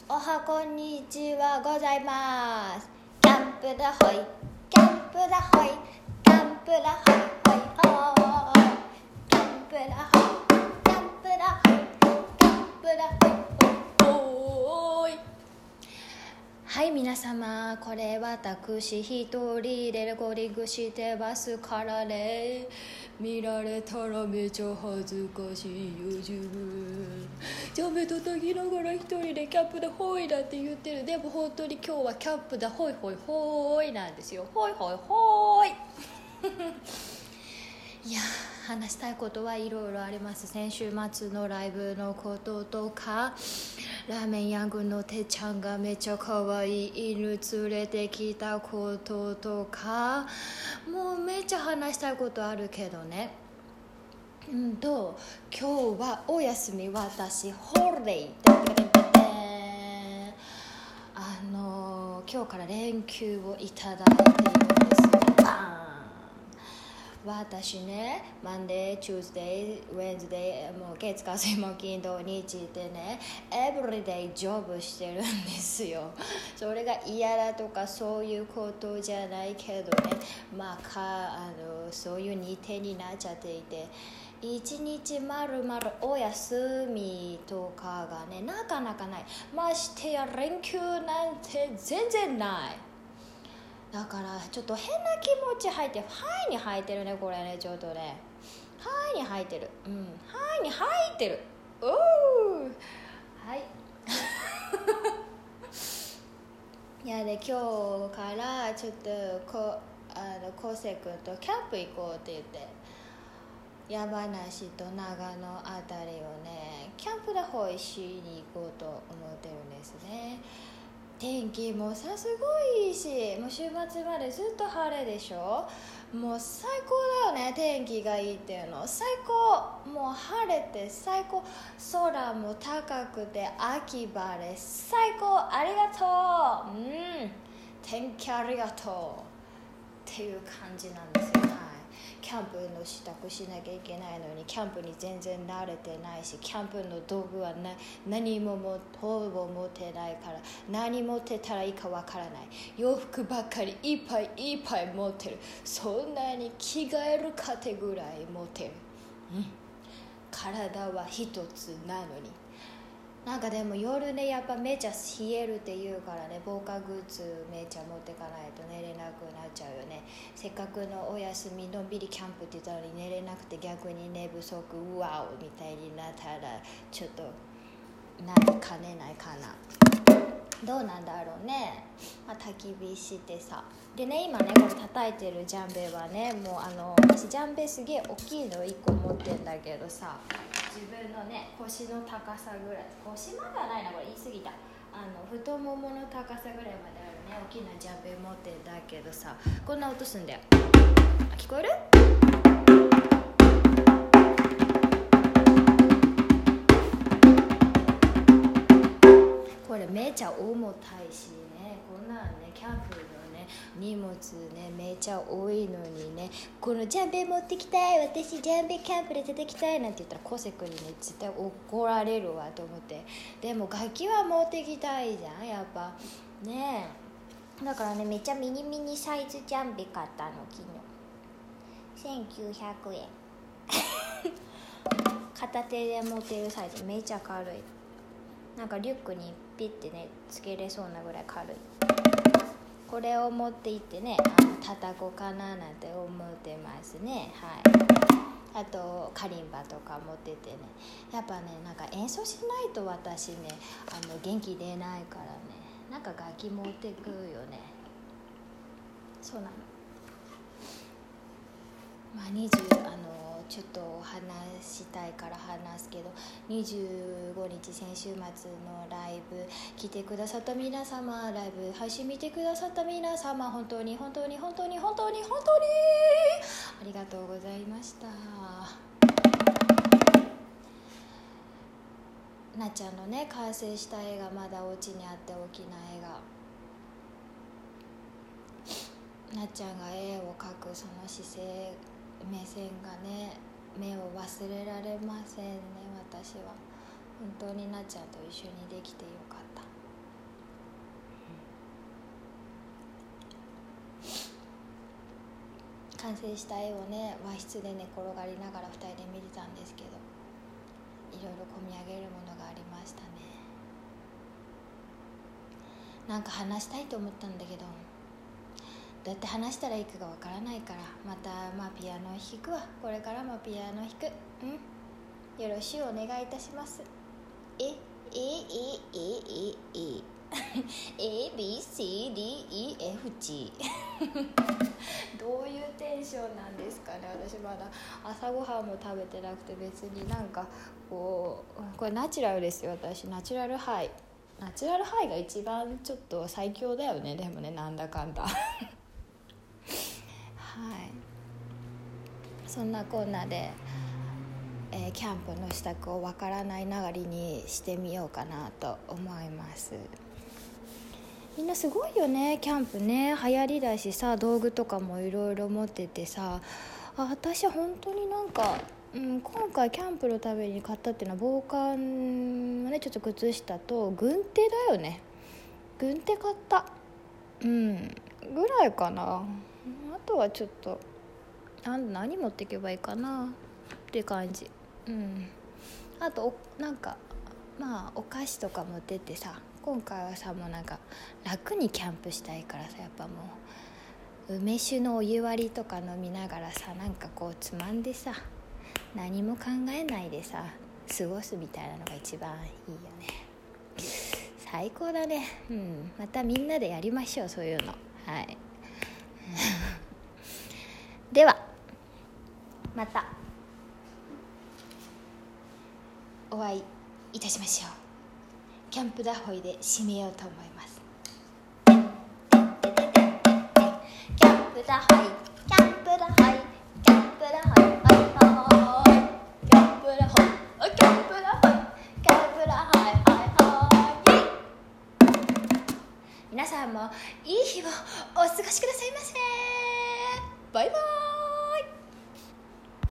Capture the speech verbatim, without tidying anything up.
おはこんにちはございます。キャンプだほいキャンプだほいキャンプだほいほいほーいキャンプだほいキャンプだほいキャンプだほいほーい。はい、皆様、これ私一人でレコーディングしてますからね。見られたらめちゃ恥ずかしいよ自分。ジャンベ叩きながら一人でキャンプだホイだって言ってる。でも本当に今日はキャンプだホイホイホイなんですよ。ホイホイホイいや、話したいことはいろいろあります。先週末のライブのこととか、ラーメンヤングのてっちゃんがめちゃ可愛い犬連れてきたこととか、もうめっちゃ話したいことあるけどね。うんと今日はお休み、私ホリデーあの今日から連休をいただいているんですよ。私ね、マンデー、チューズデー、ウェンズデー、もう月火水木金土日ってね、エブリデイジョブしてるんですよ。それが嫌だとかそういうことじゃないけどね、まあかあのそういう日程になっちゃっていて、一日まるまるお休みとかがね、なかなかない。ましてや連休なんて全然ない。だからちょっと変な気持ち入って、ハイに入ってるね、これね、ちょっとね、ハイに入ってる、うん、ハイに入ってる、おー、はいいやで、今日からちょっとこあの昴生君とキャンプ行こうって言って、山梨と長野あたりをね、キャンプでホイしに行こうと思ってるんですね。天気もさすごいいいし、もう週末までずっと晴れでしょ。もう最高だよね、天気がいいっていうの最高。もう晴れて最高、空も高くて秋晴れ最高、ありがとう、うん、天気ありがとうっていう感じなんですよ。はい、キャンプの支度しなきゃいけないのに、キャンプに全然慣れてないし、キャンプの道具はな何ももほぼ持ってないから、何持ってたらいいかわからない。洋服ばっかりいっぱいいっぱい持ってる。そんなに着替えるかってぐらい持ってる、うん、体は一つなのに。なんかでも夜ね、やっぱめちゃ冷えるって言うからね、防寒グッズめちゃ持ってかないと寝れなくなっちゃうよね。せっかくのお休み、のんびりキャンプって言ったのに寝れなくて、逆に寝不足、うわおみたいになったらちょっとなりかねないかな。どうなんだろうね。まあ、焚き火してさ、でね、今ねこれ叩いてるジャンベはね、もうあの私ジャンベすげえ大きいのいっこ持ってんだけどさ、自分のね腰の高さぐらい、腰まではないな、これ言い過ぎた、あの太ももの高さぐらいまであるね、大きなジャンベ持ってんだけどさ、こんな音すんだよ。あ、聞こえる？これめちゃ重たいしね、こんなんね、キャンプのね荷物ねめちゃ多いのにね、このジャンベ持ってきたい、私ジャンベキャンプで叩きたいなんて言ったら昴生君にね絶対怒られるわと思って、でも楽器は持ってきたいじゃん、やっぱねえ。だからね、めっちゃミニミニサイズジャンベ買ったの昨日、せんきゅうひゃくえん片手で持てるサイズ、めちゃ軽い。なんかリュックにピッてねつけれそうなぐらい軽い。これを持って行ってね、あの叩こうかななんて思ってますね。はい。あとカリンバとか持っててね、やっぱね、なんか演奏しないと私ね、あの元気出ないからね、なんか楽器持ってくよね。そうなの。まあ、にじゅうあのちょっと話したいから話すけど、にじゅうごにち先週末のライブ来てくださった皆様、ライブ配信見てくださった皆様、本当に本当に本当に本当に本当にありがとうございました。なっちゃんのね完成した絵がまだお家にあって、大きな絵が、なっちゃんが絵を描くその姿勢、目線がね、目を忘れられませんね。私は本当になっちゃんと一緒にできてよかった。 完成した絵をね和室で寝転がりながらふたりで見てたんですけど、いろいろ込み上げるものがありましたね。なんか話したいと思ったんだけど、どうやって話したらいいかがわからないから、またまあピアノを弾くわ。これからもピアノを弾く。うんよろしゅうお願いいたします。ええええええA B C D E F G どういうテンションなんですかね。私まだ朝ごはんも食べてなくて、別になんかこうこれナチュラルですよ。私ナチュラルハイナチュラルハイが一番ちょっと最強だよね。でもね、なんだかんだはい、そんなこんなで、えー、キャンプの支度をわからないながりにしてみようかなと思います。みんなすごいよね、キャンプね。流行りだしさ、道具とかもいろいろ持っててさ、あ私は本当になんか、うん、今回キャンプのために買ったっていうのは防寒のねちょっと靴下と軍手だよね。軍手買ったうんぐらいかな。あとはちょっと何何持っていけばいいかなって感じ。うんあとなんかまあお菓子とか持ってってさ、今回はさもうなんか楽にキャンプしたいからさ、やっぱもう梅酒のお湯割りとか飲みながらさ、なんかこうつまんでさ、何も考えないでさ過ごすみたいなのが一番いいよね。最高だね。うんまたみんなでやりましょう、そういうの。はいではまたお会いいたしましょう。キャンプダホイで締めようと思います。キャンプダホイキャンプダホイキャンプダホイキャンプダホイキャンプダホイキャンプダホイキャンプダホイ。皆さんもいい日をお過ごしくださいませ。バイバーイ。